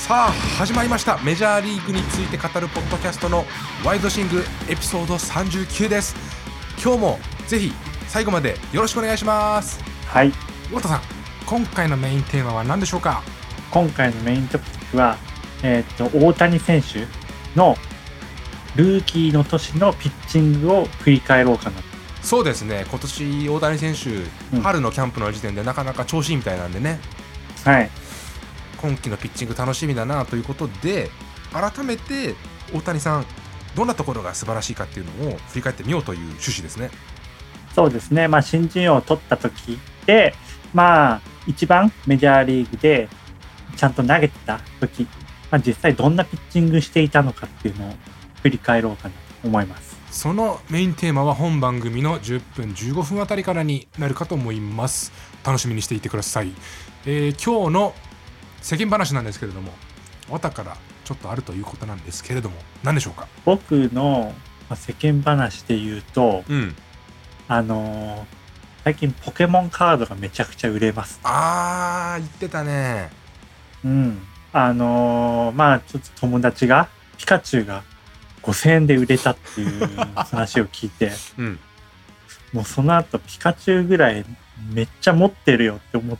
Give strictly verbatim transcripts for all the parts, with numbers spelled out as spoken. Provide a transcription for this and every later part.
さあ始まりました。メジャーリーグについて語るポッドキャストのワイドシングエピソードさんじゅうきゅうです。今日もぜひ最後までよろしくお願いします。 はい、 太田さん、今回のメインテーマは何でしょうか？ 今回のメイントピックは、えー、と大谷選手のルーキーの年のピッチングを振り返ろうかなと。 そうですね、今年大谷選手、うん、春のキャンプの時点でなかなか調子いいみたいなんでね、 はい、 今季のピッチング楽しみだなということで、改めて大谷さんどんなところが素晴らしいかっていうのを振り返ってみようという趣旨ですね。 そうですね、まあ、新人王を取った時で、まあ一番メジャーリーグでちゃんと投げてた時、まあ、実際どんなピッチングしていたのかっていうのを振り返ろうかなと思います。 そのメインテーマは本番組のじゅっぷんじゅうごふんあたりからになるかと思います。楽しみにしていてください。えー、今日の世間話なんですけれども、わたからちょっとあるということなんですけれども、何でしょうか？ 僕の世間話で言うと、 うん、 あのー、最近ポケモンカードがめちゃくちゃ売れます。 あー、言ってたね。 うん。あのー、まあちょっと友達がピカチュウがごせんえんで売れたっていう話を聞いて、 うん、 もうその後ピカチュウぐらいめっちゃ持ってるよって思って、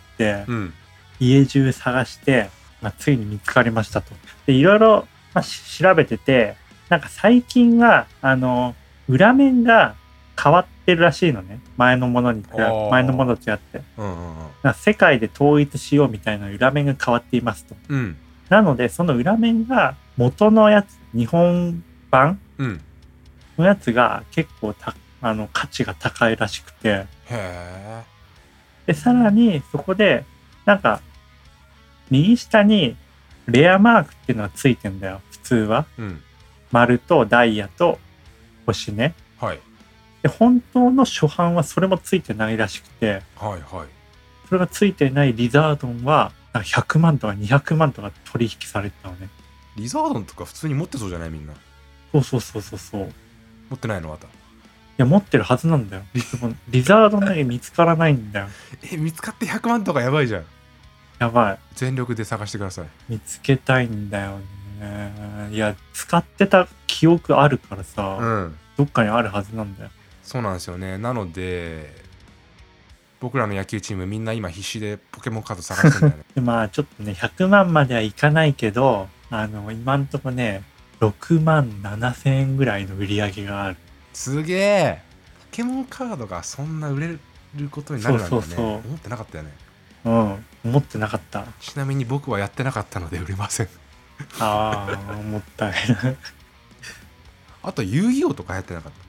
うん、 家中探して、まあ、ついに見つかりましたと。で、いろいろ、まあ、調べてて、なんか最近はあの裏面が変わってるらしいのね。前のものに比べ前のものと違って、 うんうんうん、 なんか世界で統一しようみたいな裏面が変わっていますと。 うん、 なのでその裏面が元のやつ、日本版のやつが結構たあの価値が高いらしくて、 へえ。 でさらにそこでなんか右下にレアマークっていうのがついてんだよ、普通は。 うん、 丸とダイヤと星ね。 はい。 で本当の初版はそれもついてないらしくて、 はいはい。 それがついてないリザードンはひゃくまんとかにひゃくまんとか取引されてたのね。 リザードンとか普通に持ってそうじゃない？みんなそうそうそうそうそう。 持ってないの？また。 いや持ってるはずなんだよ。でもリザードンだけ見つからないんだよ。 え、見つかってひゃくまんとかやばいじゃん。 やばい。 全力で探してください。 見つけたいんだよね。いや使ってた記憶あるからさ、 うん、 どっかにあるはずなんだよ。 そうなんですよね。なので僕らの野球チームみんな今必死でポケモンカード探してるんだよね。 でまあちょっとねひゃくまんまではいかないけど、あの今んとこねろくまんななせんえんぐらいの売り上げがある。 すげえ。ポケモンカードがそんな売れることになるなんてね、 そうそうそう、 思ってなかったよね。 うん思ってなかった。 ちなみに僕はやってなかったので売れません。 ああもったいないあと遊戯王とかやってなかった？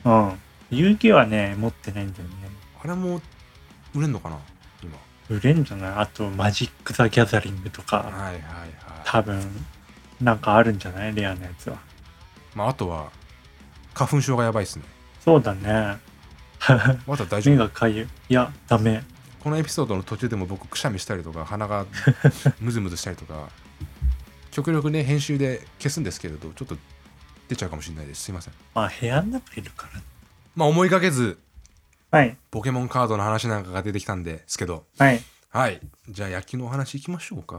うん遊戯はね持ってないんだよね。 あれも売れんのかな今？ 売れんじゃない？あとマジック・ザ・ギャザリングとか、 はいはいはい、 多分なんかあるんじゃない？レアなやつは。 まああとは花粉症がやばいっすね。 そうだねまだ大丈夫？ 目がかゆい。いやダメ。 このエピソードの途中でも僕くしゃみしたりとか鼻がムズムズしたりとか極力ね編集で消すんですけれど、ちょっと出ちゃうかもしれないです。すいません。 まあ部屋の中いるから。 まあ思いがけずはいポケモンカードの話なんかが出てきたんですけど、 はい。 はい、じゃあ野球のお話いきましょうか。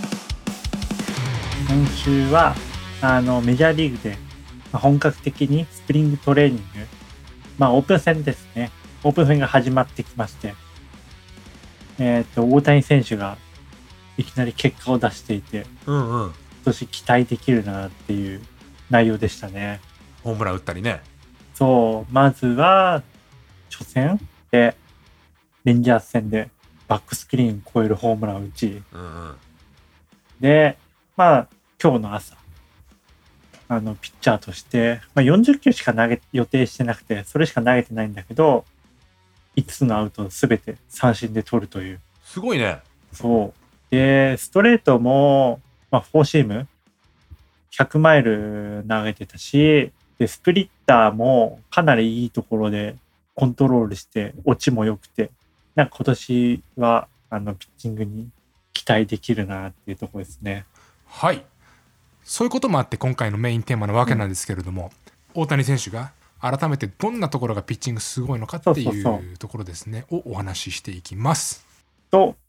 今週はあのメジャーリーグで本格的にスプリングトレーニング、まあオープン戦ですね。オープン戦が始まってきまして、えっと大谷選手がいきなり結果を出していて、 うんうん、 今年期待できるなっていう内容でしたね。 ホームラン打ったりね。 そうまずは初戦でレンジャーズ戦でバックスクリーン超えるホームランを打ち、 うんうん、 でまあ今日の朝あのピッチャーとして、まあ、よんじゅっきゅうしか投げ予定してなくて、それしか投げてないんだけど、いつつのアウトを全て三振で取るという。 すごいね。 そうでストレートも、まあ、フォーシームひゃくマイル投げてたし、でスプリッターもかなりいいところでコントロールして落ちも良くて、なんか今年はあのピッチングに期待できるなっていうところですね。 はい、そういうこともあって今回のメインテーマのわけなんですけれども、うん、大谷選手が改めてどんなところがピッチングすごいのかっていうところですねをお話ししていきます。 と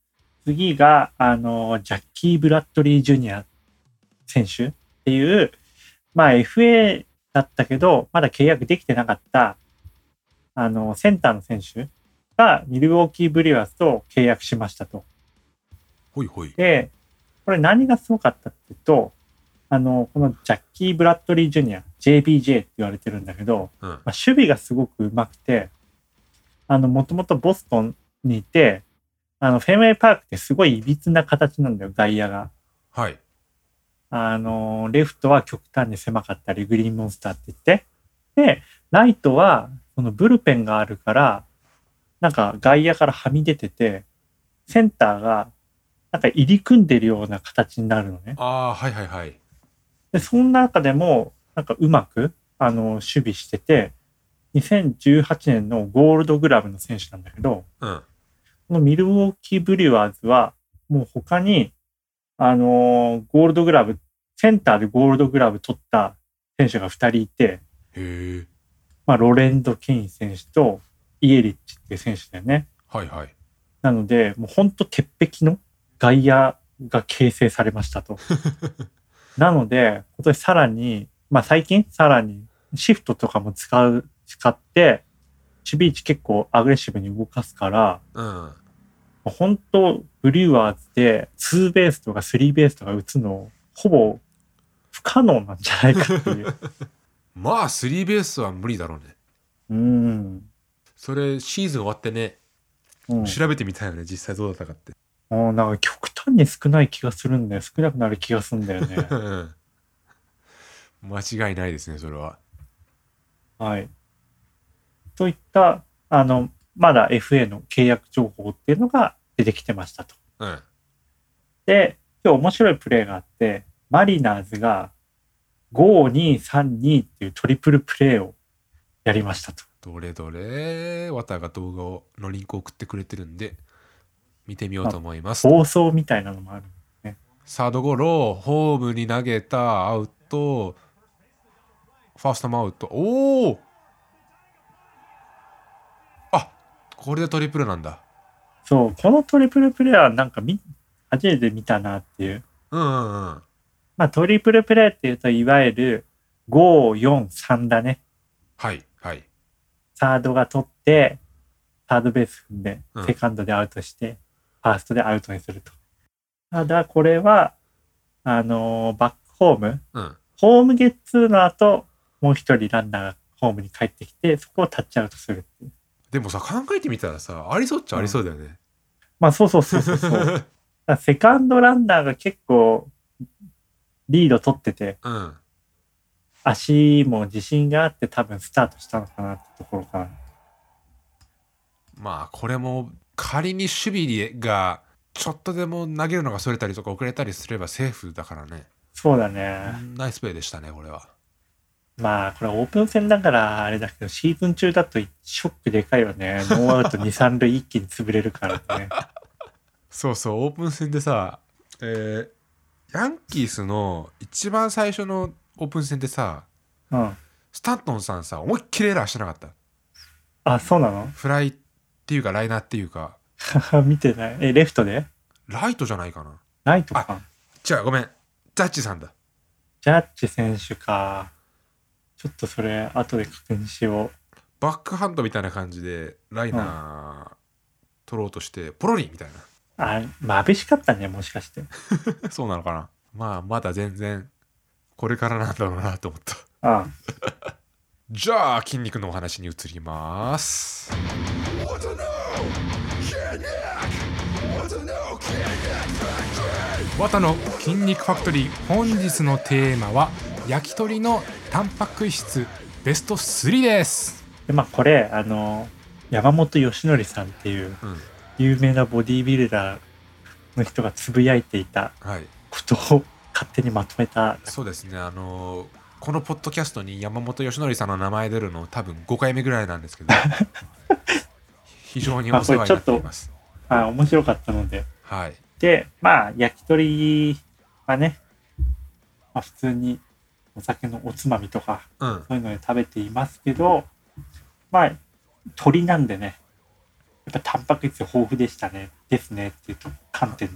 次が、あの、ジャッキー・ブラッドリー・ジュニア選手っていう、まあ エフエー だったけど、まだ契約できてなかった、あの、センターの選手がミルウォーキー・ブリュワーズと契約しましたと。 ほいほい。 で、これ何がすごかったっていうと、あの、このジャッキー・ブラッドリー・ジュニア、ジェイビージェー って言われてるんだけど、 うん、 まあ、守備がすごく上手くて、あの、もともとボストンにいて、あの、フェンウェイパークってすごい歪な形なんだよ、外野が。 はい。 あの、レフトは極端に狭かったり、グリーンモンスターって言って。で、ライトは、そのブルペンがあるから、なんか外野からはみ出てて、センターが、なんか入り組んでるような形になるのね。 ああ、はいはいはい。 で、その中でも、なんかうまく、あの、守備してて、にせんじゅうはちねんのゴールドグラブの選手なんだけど、 うん。 このミルウォーキー・ブリュワーズは、もう他に、あのーゴールドグラブ、センターでゴールドグラブ取った選手がふたりいて、 へえ。 まあ、ロレンド・ケイン選手とイエリッチっていう選手だよね。 はいはい。 なので、もうほんと鉄壁の外野が形成されましたと。なので、今年さらに、まあ最近さらにシフトとかも使う、使って、守備位置結構アグレッシブに動かすから、 うん。 本当ブリュワーズでツーベースとかスリーベースとか打つのほぼ不可能なんじゃないかっていう。 まあ、スリーベースは無理だろうね。 うん。 それ、シーズン終わってね、 うん、 調べてみたいよね、実際どうだったかって。 もうなんか極端に少ない気がするんだよ。少なくなる気がするんだよね。 間違いないですね、それは。 はい。といった、あの、まだ エフエー の契約情報っていうのが出てきてましたと。 うん。 で、今日面白いプレーがあって、マリナーズがごにさんにっていうトリプルプレーをやりましたと。 どれどれ、ワタが動画をのリンクを送ってくれてるんで、見てみようと思います。 暴走みたいなのもある、ね。 サードゴロ、ホームに投げたアウト、ファーストもアウト。おお、あ、これでトリプルなんだ。 そう、このトリプルプレーはなんかみ初めて見たなっていう。 うんうんうん。 まあトリプルプレーっていうといわゆるご、よん、さんだね。 はいはい。 サードが取って、サードベース踏んで、 うんセカンドでアウトして、ファーストでアウトにすると。ただこれは、あのーバックホーム、 うん。 ホームゲッツーの後、もう一人ランナーがホームに帰ってきて、そこをタッチアウトするっていう。 でもさ、考えてみたらさ、ありそうっちゃありそうだよね。 まあそうそうそうそうそう。だからセカンドランナーが結構リード取ってて、 うん。 足も自信があって多分スタートしたのかなってところかな。 まあこれも仮に守備がちょっとでも投げるのがそれたりとか遅れたりすればセーフだからね。 そうだね。 ナイスプレーでしたね、これは。 まあこれオープン戦だからあれだけど、シーズン中だとショックでかいよね。ノーアウトに、さん塁一気に潰れるからね。 そうそう、オープン戦でさ、えー、ヤンキースの一番最初のオープン戦でさ、 うん。 スタントンさんさ、思いっきりエラーしてなかった？ あ、そうなの？ フライっていうかライナーっていうか。 見てない。え、レフトで？ ライトじゃないかな。 ライトか。 違う、ごめん。ジャッジさんだ。 ジャッジ選手か。ちょっとそれ後で確認しよう。 バックハンドみたいな感じでライナー取ろうとしてポロリみたいな。 あ、眩しかったね、もしかして。 そうなのかな。まあまだ全然これからなんだろうなと思った。 ああじゃあ筋肉のお話に移ります。ワタの筋肉ファクトリー、本日のテーマは焼き鳥のタンパク質ベストスリーです。 で、まあこれあの山本義則さんっていう有名なボディービルダーの人がつぶやいていたことを勝手にまとめた、はい、 そうですね。あのこのポッドキャストに山本義則さんの名前出るの多分ごかいめぐらいなんですけど非常にお世話になっています。 あ、面白かったので、 はい。 で、まあ焼き鳥はね、まあ、普通にお酒のおつまみとか、うん、そういうので食べていますけど、まあ鳥なんでね、やっぱタンパク質豊富でしたねですねっていう観点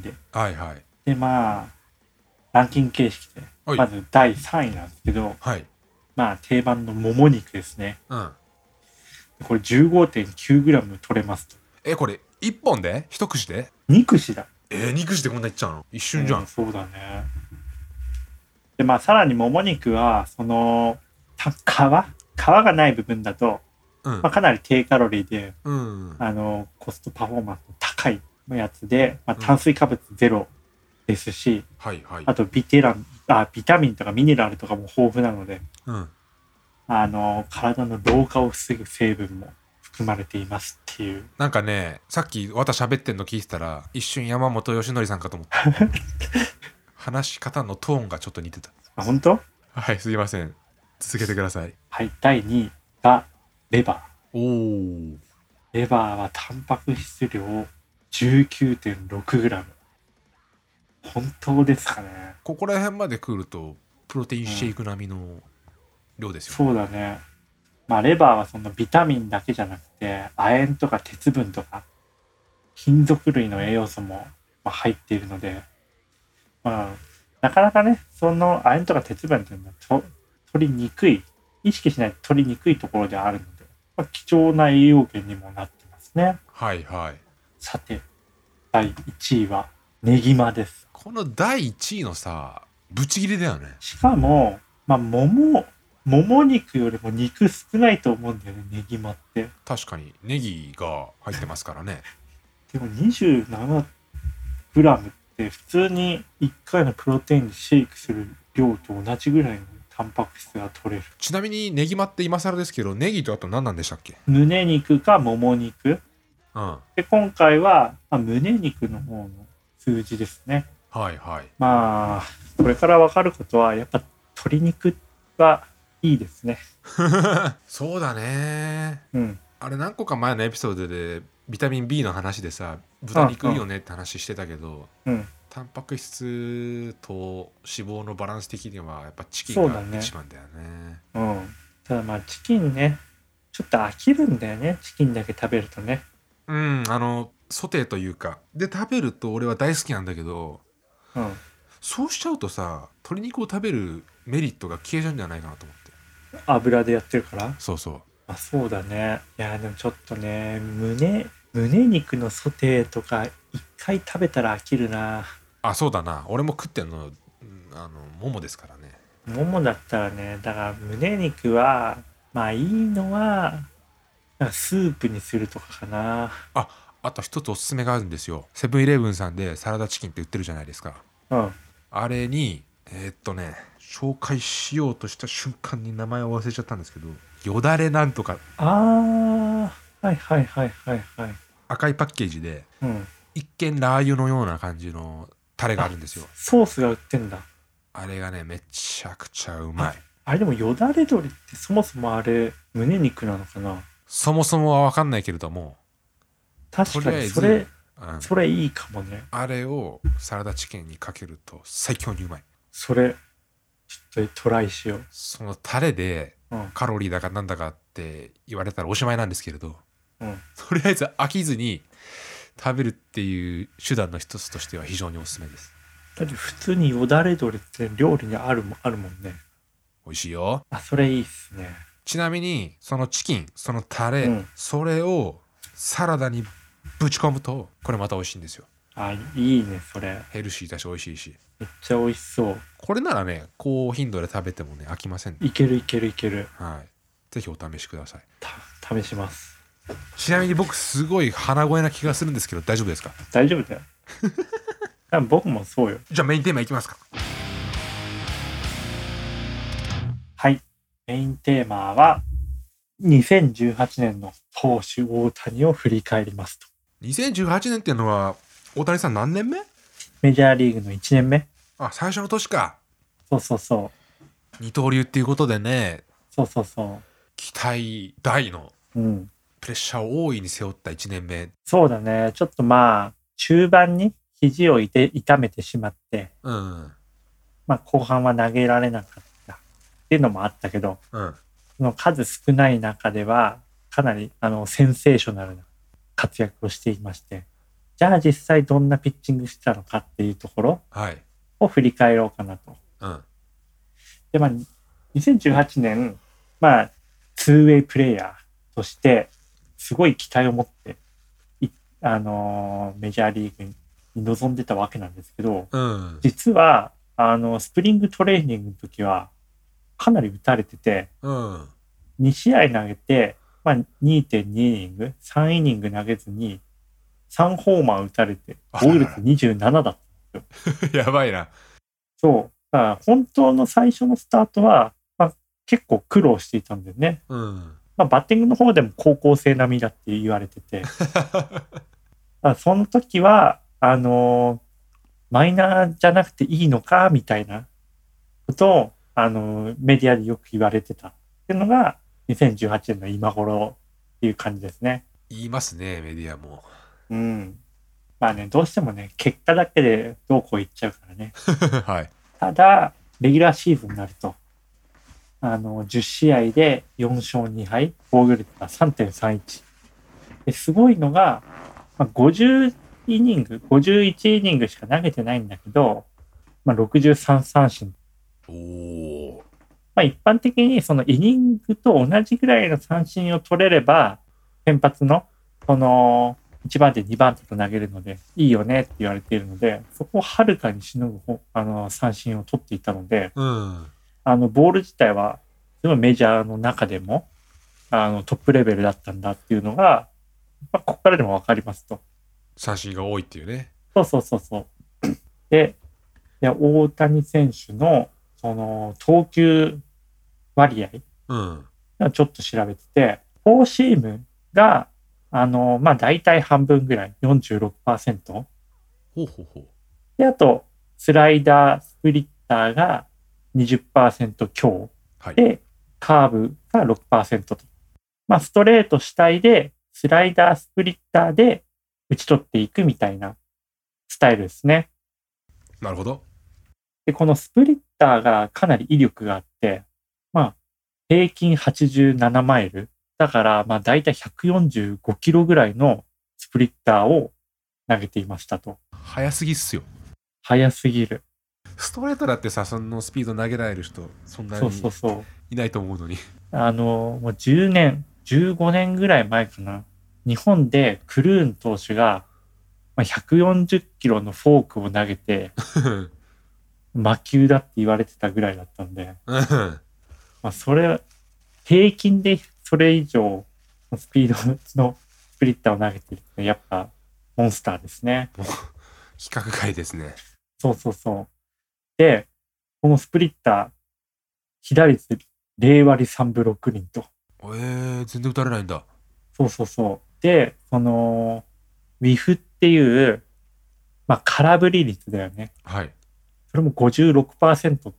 はいはい。 で、まあ、ランキング形式で、 はいまずだいさんいなんですけど、 はい。 まあ、定番のもも肉ですね。 うん。 これ じゅうごてんきゅうグラム 取れますと。 え、これ一本で一串で？ 肉串だ。 えー、肉串でこんないっちゃうの？一瞬じゃん。 うん、そうだね。で、まあ、さらにもも肉は、その、た皮皮がない部分だと、 うん。 まあ、かなり低カロリーで、 うん。 あの、コストパフォーマンスの高いやつで、まあ、 うん炭水化物ゼロですし、 はいはい。 あとビテラン、あ、ビタミンとかミネラルとかも豊富なので、 うん。 あの、体の老化を防ぐ成分も含まれていますっていう。 なんかね、さっき私喋ってんの聞いてたら、一瞬山本由伸さんかと思った。話し方のトーンがちょっと似てた。 あ、本当？ はい、すいません。続けてください。 はい、だいにいがレバおー。 ー。レバーはタンパク質量 じゅうきゅうてんろくグラム。本当ですかね。 ここら辺まで来ると、プロテインシェイク並みの量ですよ。 そうだね。まあ、レバーはそのビタミンだけじゃなくて、亜鉛とか鉄分とか、金属類の栄養素もまあ入っているので、まあ、なかなかね、その亜鉛とか鉄分っていうのはと取りにくい、意識しないと取りにくいところであるので、まあ、貴重な栄養源にもなってますね。 はいはい。 さて、だいいちいはネギマです。 このだいいちいのさ、ブチギレだよね。 しかも、まあ、桃、もも肉よりも肉少ないと思うんだよね、ネギマって。 確かにネギが入ってますからね。 でもにじゅうななグラムって普通にいっかいのプロテインでシェイクする量と同じぐらいのタンパク質が取れる。 ちなみにネギマって今更ですけど、ネギとあと何なんでしたっけ？ 胸肉かもも肉。 うん。 で、今回は、まあ、胸肉の方の数字ですね。 はいはい。 まあ、これから分かることは、やっぱ鶏肉はいいですね。 そうだね。 うん。 あれ何個か前のエピソードでビタミン B の話でさ、豚肉いいよねって話してたけど、 うん。 タンパク質と脂肪のバランス的にはやっぱチキンがそうだね一番だよね。 うん。ただまあ、チキンね、ちょっと飽きるんだよね。チキンだけ食べるとね。 うん、あのソテーというかで食べると俺は大好きなんだけど、 うん。 そうしちゃうとさ、鶏肉を食べるメリットが消えちゃうんじゃないかなと思って。 油でやってるから。 そうそう。 あ、そうだね。いや、でもちょっとね、胸、胸肉のソテーとか、一回食べたら飽きるな。 あ、そうだな。俺も食ってんの、うん、あのももですからね。 ももだったらね、だから胸肉は、まあいいのは、なんかスープにするとかかな。 あ、あと一つおすすめがあるんですよ。セブンイレブンさんでサラダチキンって売ってるじゃないですか。 うん。 あれにえーっとね紹介しようとした瞬間に名前を忘れちゃったんですけど、よだれなんとかあー、はいはいはいはいはい。 赤いパッケージでうん。 一見ラー油のような感じのタレがあるんですよ。 ソースが売ってんだ。 あれがねめちゃくちゃうまい。 あれでもよだれ鶏ってそもそもあれ、胸肉なのかな。 そもそもは分かんないけれども、 確かとりあえずにそれ、 うん、 それいいかもね。 あれをサラダチキンにかけると最強にうまい。 それ、ちょっとトライしよう。 そのタレでうん。 カロリーだかなんだかって言われたらおしまいなんですけれど、 うん。 とりあえず飽きずに食べるっていう手段の一つとしては非常におすすめです。 だって普通によだれ鶏って料理にあるもあるもんね。 美味しいよ。 あ、それいいっすね。 ちなみにそのチキン、そのタレ、 うん。 それをサラダにぶち込むとこれまた美味しいんですよ。 あ、いいね、それ。 ヘルシーだし美味しいし、 めっちゃ美味しそう。 これならね高頻度で食べてもね飽きませんね。 いけるいけるいける。 はい、ぜひお試しください。 た、試します。 ちなみに僕すごい鼻声な気がするんですけど大丈夫ですか？ 大丈夫だよ。多分僕もそうよ。 じゃあメインテーマいきますか。 はい。メインテーマは、にせんじゅうはちねんの投手大谷を振り返りますと。 にせんじゅうはちねんっていうのは大谷さん何年目？ メジャーリーグのいちねんめ。 あ、最初の年か。 そうそうそう。 二刀流っていうことでね、 そうそうそ期待大のう。うん。 プレッシャーを大いに背負ったいちねんめ。 そうだね。ちょっとまあ、中盤に肘をいて痛めてしまって、 うん。 まあ後半は投げられなかったっていうのもあったけど、 うん。 その数少ない中では、かなりあのセンセーショナルな活躍をしていまして、 じゃあ実際どんなピッチングしてたのかっていうところを振り返ろうかなと。 うん、 で、まあ、にせんじゅうはちねん、まあ、ツーウェイプレイヤーとして、すごい期待を持って、あのー、メジャーリーグに臨んでたわけなんですけど、 うん、 実は、あの、スプリングトレーニングの時は、かなり打たれてて、 うん、 に試合投げて、まあ、にてんに イニング、さんイニング投げずに、さんホーマー打たれて、防御率にじゅうななだったんですよ。やばいな。 そう。だから本当の最初のスタートは、まあ、結構苦労していたんだよね。 うん。 まあ、バッティングの方でも高校生並みだって言われてて。その時は、あのー、マイナーじゃなくていいのかみたいなことを、あのー、メディアでよく言われてたっていうのが、にせんじゅうはちねんの今頃っていう感じですね。 言いますね、メディアも。 うん。まあね、どうしてもね、結果だけでどうこう言っちゃうからね。 はい。 ただ、レギュラーシーズンになると、あの、じゅう試合でよん勝に敗、防御率が さんてんさんいち。ですごいのが、まあ、ごじゅうイニング、ごじゅういちイニングしか投げてないんだけど、まあ、ろくじゅうさん三振。 おー。 まあ、一般的にそのイニングと同じぐらいの三振を取れれば、先発の、その、いちばん手、にばん手と投げるので、いいよねって言われているので、そこをはるかにしのぐあの三振を取っていたので、 うん。 あの、ボール自体は、すごいメジャーの中でも、あの、トップレベルだったんだっていうのが、まあ、ここからでもわかりますと。 三振が多いっていうね。 そうそうそうそう。で、で大谷選手の、その、投球割合、 うん。 ちょっと調べてて、フォーシームが、あの、まあ、大体半分ぐらい、よんじゅうろくパーセント。 ほうほうほう。 で、あと、スライダー、スプリッターが にじゅっパーセント 強。 はい。 で、カーブが ろくパーセント と。まあ、ストレート主体で、スライダー、スプリッターで打ち取っていくみたいなスタイルですね。 なるほど。 で、このスプリッターがかなり威力があって、まあ、平均はちじゅうななマイル。だから、まあ、だいたいひゃくよんじゅうごキロぐらいのスプリッターを投げていましたと。 早すぎっすよ。 早すぎる。 ストレートだってさ、そのスピード投げられる人、そんなにそうそうそう。 いないと思うのに。 あの、もうじゅうねん、じゅうごねんぐらい前かな。日本でクルーン投手がひゃくよんじゅっキロのフォークを投げて、魔球だって言われてたぐらいだったんで、まあそれ、平均でそれ以上のスピードのスプリッターを投げてるってやっぱモンスターですね。 規格外ですね。 そうそうそう。で、このスプリッター、被打率ゼロわりさんぶろくりんと。 えー、全然打たれないんだ。 そうそうそう。で、その、ウィフっていう、まあ空振り率だよね。 はい。 それも ごじゅうろくパーセント って、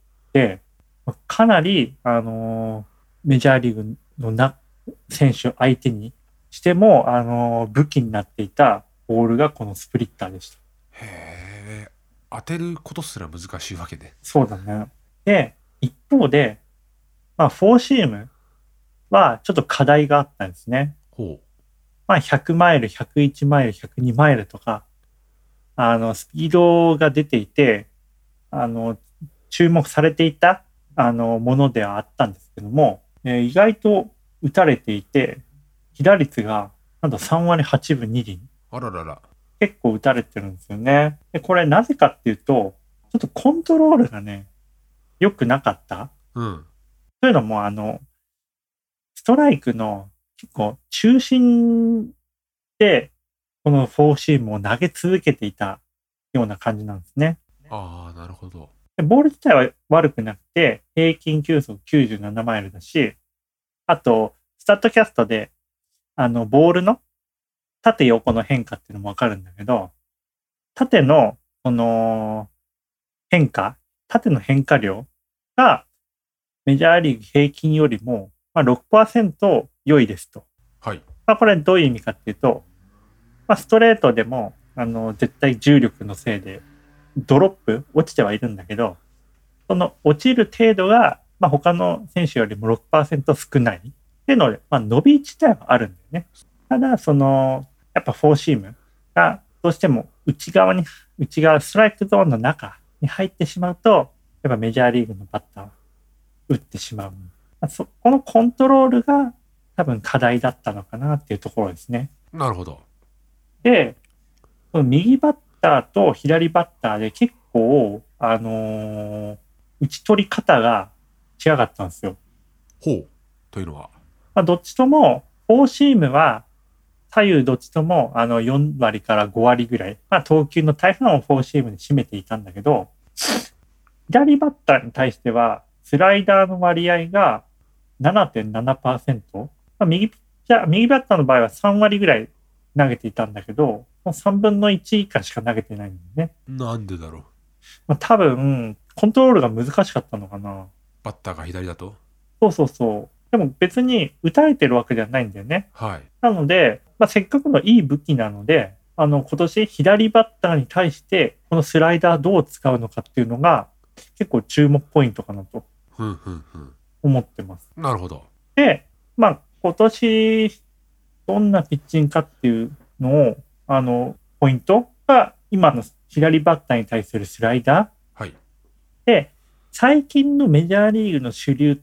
かなり、あのー、メジャーリーグのな選手相手にしても、あのー、武器になっていたボールがこのスプリッターでした。 へえ、当てることすら難しいわけで。 そうだね。で、一方で、まあ、フォーシームはちょっと課題があったんですね。 ほう。 まあ、ひゃくマイル、ひゃくいちマイル、ひゃくにマイルとか、あの、スピードが出ていて、あの、注目されていた、あの、ものではあったんですけども、えー、意外と打たれていて、被打率が、なんとさんわりはちぶにりん。 あららら。 結構打たれてるんですよね。で、これなぜかっていうと、ちょっとコントロールがね、良くなかった。 うん。 というのも、あの、ストライクの結構中心で、このフォーシームを投げ続けていたような感じなんですね。 ああ、なるほど。 ボール自体は悪くなくて、平均球速きゅうじゅうななマイルだし、あと、スタッドキャストで、あの、ボールの縦横の変化っていうのもわかるんだけど、縦の、この、変化、縦の変化量が、メジャーリーグ平均よりも、まあ、ろくパーセント良いですと。 はい。 まあ、これどういう意味かっていうと、まあ、ストレートでも、あの、絶対重力のせいで、ドロップ、落ちてはいるんだけど、その落ちる程度が、まあ、他の選手よりも ろくパーセント 少ないっていうので、まあ、伸び自体はあるんだよね。ただ、その、やっぱフォーシームがどうしても内側に、内側、ストライクゾーンの中に入ってしまうと、やっぱメジャーリーグのバッターは打ってしまう。まあ、そこのコントロールが多分課題だったのかなっていうところですね。 なるほど。 で、その右バッターと左バッターで結構、あのー打ち取り方が違かったんですよ。 ほう。というのは。 まあ、どっちとも、フォーシームは、左右どっちともあのよん割からご割ぐらい、まあ、投球の大半をフォーシームで占めていたんだけど、左バッターに対しては、スライダーの割合が ななてんななパーセント、まあ、右ピッチャー、右バッターの場合はさん割ぐらい投げていたんだけど、もうさんぶんのいち以下しか投げてないんだよね。 なんでだろう。 まあ、多分、コントロールが難しかったのかな。 バッターが左だと。 そうそうそう。でも別に打たれてるわけではないんだよね。 はい。 なので、まあ、せっかくのいい武器なので、あの、今年左バッターに対して、このスライダーどう使うのかっていうのが、結構注目ポイントかなとふんふんふん。 思ってます。 なるほど。 で、まあ、今年、どんなピッチングかっていうのを、あの、ポイントが、今の左バッターに対するスライダー。 はい。 で、最近のメジャーリーグの主流って、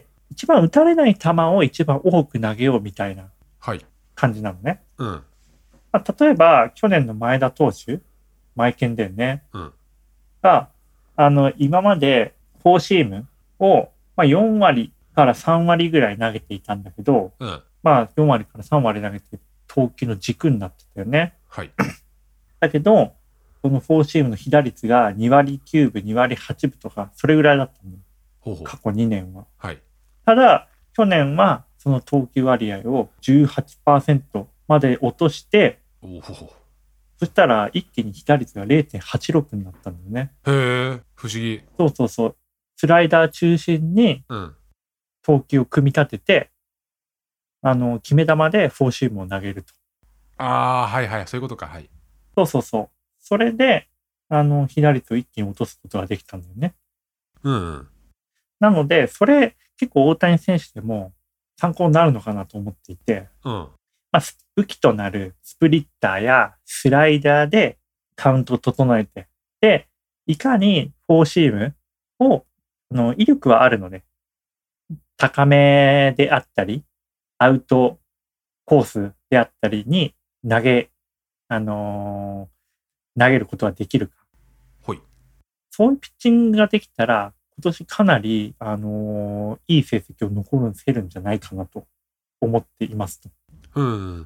一番打たれない球を一番多く投げようみたいな感じなのね。 うん。 まあ、例えば、去年の前田投手、マイケンだよね。 うん。 が、あの、今までフォーシームを、まあ、よん割からさん割ぐらい投げていたんだけど、 うん。 まあ、よん割からさん割投げて投球の軸になってたよね。 はい。 だけど、このフォーシームの被打率がに割きゅうぶ、に割はちぶとか、それぐらいだったの。 ほうほう。 過去にねんは。 はい。 ただ、去年はその投球割合を じゅうはちパーセント まで落として、 おほ。 そしたら一気に被打率が れいてんはちろく になったんだよね。 へえ、不思議。 そうそうそう。スライダー中心に投球を組み立てて、うん、あの、決め球でフォーシームを投げると。 ああ、はいはい、そういうことか、はい。 そうそうそう。それで、あの、被打率を一気に落とすことができたんだよね。 うん、うん。 なので、それ結構大谷選手でも参考になるのかなと思っていて、 うん。 まあ、武器となるスプリッターやスライダーでカウントを整えて、で、いかにフォーシームを、あの、威力はあるので、高めであったり、アウトコースであったりに投げ、あのー、投げることができるか。 ほい。 そういうピッチングができたら、今年かなり、あのー、いい成績を残せるんじゃないかなと思っていますと。 うん。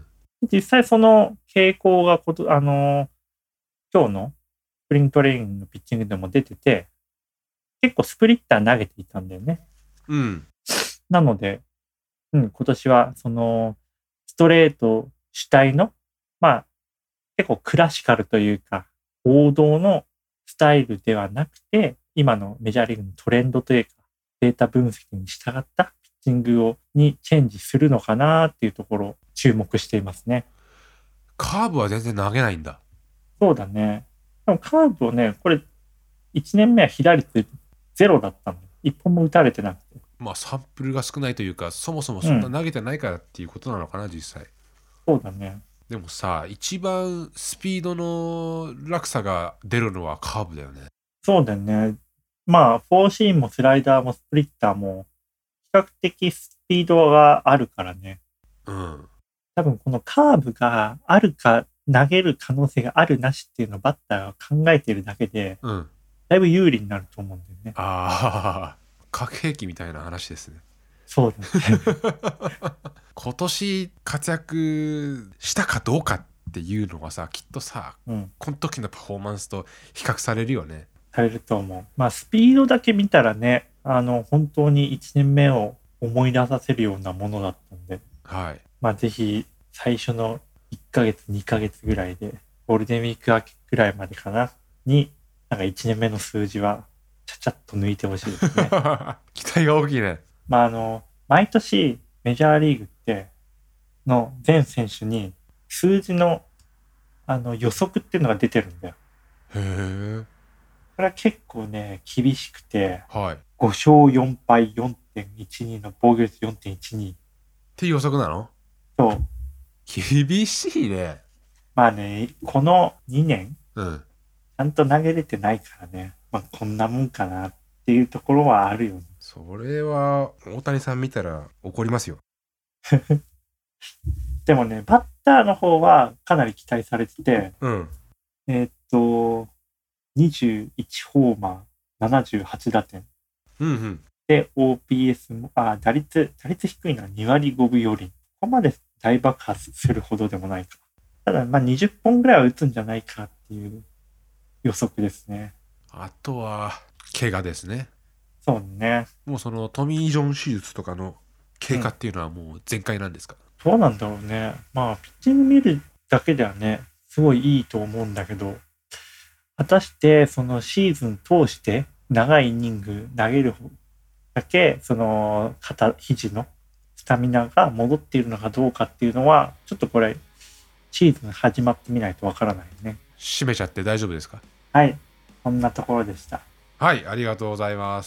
実際その傾向がこと、あのー、今日のスプリングトレーニングのピッチングでも出てて、結構スプリッター投げていたんだよね。 うん。 なので、うん、今年はそのストレート主体の、まあ、結構クラシカルというか、王道のスタイルではなくて、今のメジャーリーグのトレンドというか、データ分析に従ったピッチングをにチェンジするのかなっていうところを注目していますね。 カーブは全然投げないんだ。 そうだね。でもカーブをね、これいちねんめは被打率ゼロだったの。一本も打たれてなくて。 まあサンプルが少ないというか、そもそもそんな投げてないからっていうことなのかな、うん、実際。 そうだね。 でもさ、一番スピードの落差が出るのはカーブだよね。 そうだよね。まあ、フォーシームもスライダーもスプリッターも、比較的スピードがあるからね。 うん。 多分このカーブがあるか、投げる可能性があるなしっていうのをバッターが考えているだけで、 うん、 だいぶ有利になると思うんだよね。 ああ、核兵器みたいな話ですね。 そうだね。 今年活躍したかどうかっていうのがさ、きっとさ、うん、この時のパフォーマンスと比較されるよね。 されると思う。まあスピードだけ見たらね、あの本当にいちねんめを思い出させるようなものだったんで、 はい。 まあぜひ最初のいっかげつにかげつぐらいでゴールデンウィーク明けぐらいまでかなに、なんかいちねんめの数字はちゃちゃっと抜いてほしいですね。 期待が大きいね。 まああの毎年メジャーリーグっての全選手に数字のあの予測っていうのが出てるんだよ。 へえ。 これは結構ね厳しくて、 はい、 ごしょうよんぱい よんてんいちに の防御率 よんてんいちにっていう予測なの？ そう。 厳しいね。 まあね、このにねん、 うん。 ちゃんと投げれてないからね、まあこんなもんかなっていうところはあるよね。 それは大谷さん見たら怒りますよ。 でもね、バッターの方はかなり期待されてて、 うん。 えーっと、にじゅういちホーマー、ななじゅうはち打点。 うんうん。 で、オーピーエス も、あ、打率、打率低いのはに割ごぶより。ここまで大爆発するほどでもないか。ただ、まあにじゅっぽんぐらいは打つんじゃないかっていう予測ですね。 あとは怪我ですね。 そうね。 もうそのトミー・ジョン手術とかの経過っていうのはもう全開なんですか？ どうなんだろうね。まあ、ピッチング見るだけではね、すごいいいと思うんだけど、果たしてそのシーズン通して長いイニング投げる方だけ、その肩、肘のスタミナが戻っているのかどうかっていうのは、ちょっとこれ、シーズン始まってみないとわからないね。 締めちゃって大丈夫ですか？ はい。こんなところでした。 はい、ありがとうございます。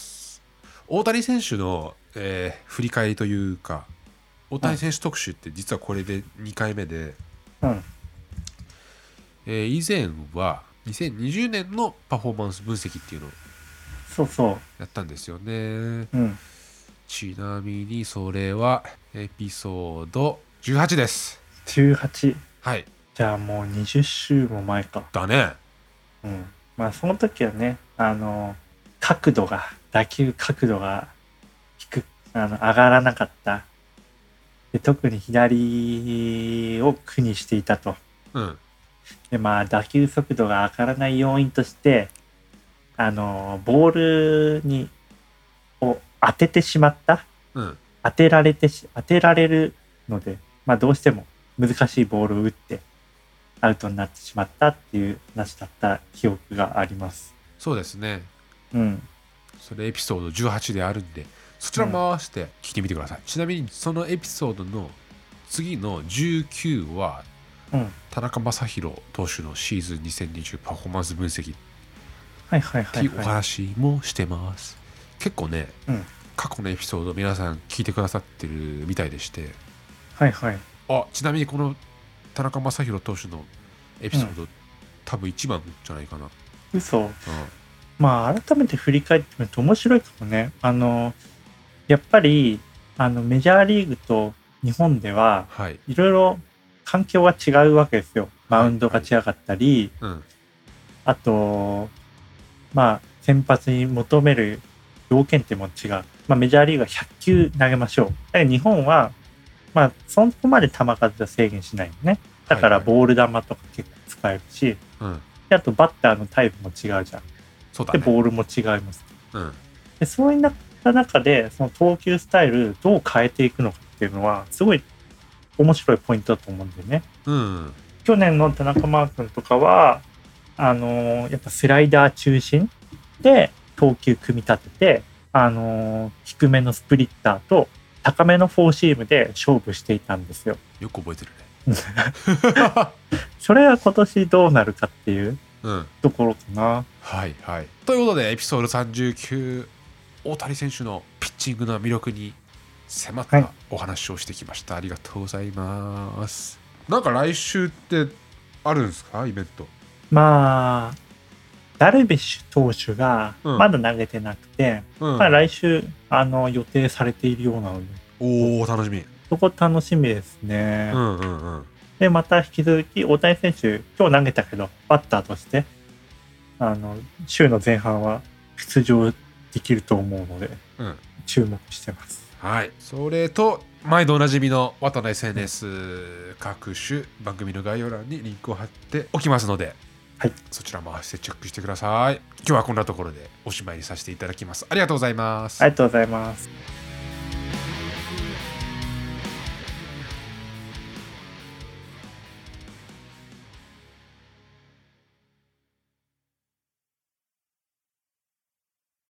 大谷選手の、えー振り返りというか、大谷選手特集って実はこれでにかいめで、 うん。 えー以前はにせんにじゅうねんのパフォーマンス分析っていうのをそうそやったんですよね。 う。うん。 ちなみにそれはエピソードじゅうはちです。 じゅうはち。 はい。 じゃあもうにじゅっ週も前か。 だね。 うん。まあその時はね、あの、角度が、打球角度が低く、あの、上がらなかった。で、特に左を苦にしていたと。 うん。 で、まあ打球速度が上がらない要因として、あの、ボールに、を当ててしまった。 うん。 当てられてし、当てられるので、まあどうしても難しいボールを打ってアウトになってしまったっていう話だった記憶があります。 そうですね。 うん。 それエピソードじゅうはちであるんで、そちら回して聞いてみてください。うん、ちなみにそのエピソードの次のじゅうきゅうは、 うん、 田中将大投手のシーズンにせんにじゅうパフォーマンス分析はいはいはい、はい、 っていうお話もしてます。結構ね、 うん、 過去のエピソード皆さん聞いてくださってるみたいでして、 はいはい。 あ、ちなみにこの田中将大投手のエピソード、うん、多分一番じゃないかな。 嘘。 うん、 まあ改めて振り返ってみると面白いかもね。あのやっぱりあのメジャーリーグと日本では、はい、いろいろ環境が違うわけですよ。マウンドが違かったり、はいはい、うん、あとまあ先発に求める条件っても違う。まあメジャーリーグはひゃっきゅう投げましょう。だから日本はまあそこまで球数は制限しないよね。だからボール球とか結構使えるし、はいはい、であとバッターのタイプも違うじゃん。 そうだね、 でボールも違います。 うん、 でそういった中でその投球スタイルどう変えていくのかっていうのはすごい面白いポイントだと思うんだよね。 うん、 去年の田中マー君とかはあのー、やっぱスライダー中心で投球組み立てて、あのー、低めのスプリッターと高めのフォーシームで勝負していたんですよ。 よく覚えてるね。 それは今年どうなるかっていうところかな。 うん、はいはい。ということでエピソードさんじゅうきゅう、大谷選手のピッチングの魅力に迫ったお話をしてきました。はい、ありがとうございます。なんか来週ってあるんですか、イベント？まあダルビッシュ投手がまだ投げてなくて、うん、まあ、来週あの予定されているようなので、 おお楽しみ。 そこ楽しみですね。 うんうんうん。 でまた引き続き大谷選手今日投げたけどバッターとしてあの週の前半は出場できると思うので、うん、注目してます。 はい。それと毎度おなじみの綿の エスエヌエス、うん、各種番組の概要欄にリンクを貼っておきますので、はい、そちらも合わせてチェックしてください。今日はこんなところでおしまいにさせていただきます。ありがとうございます。 ありがとうございます。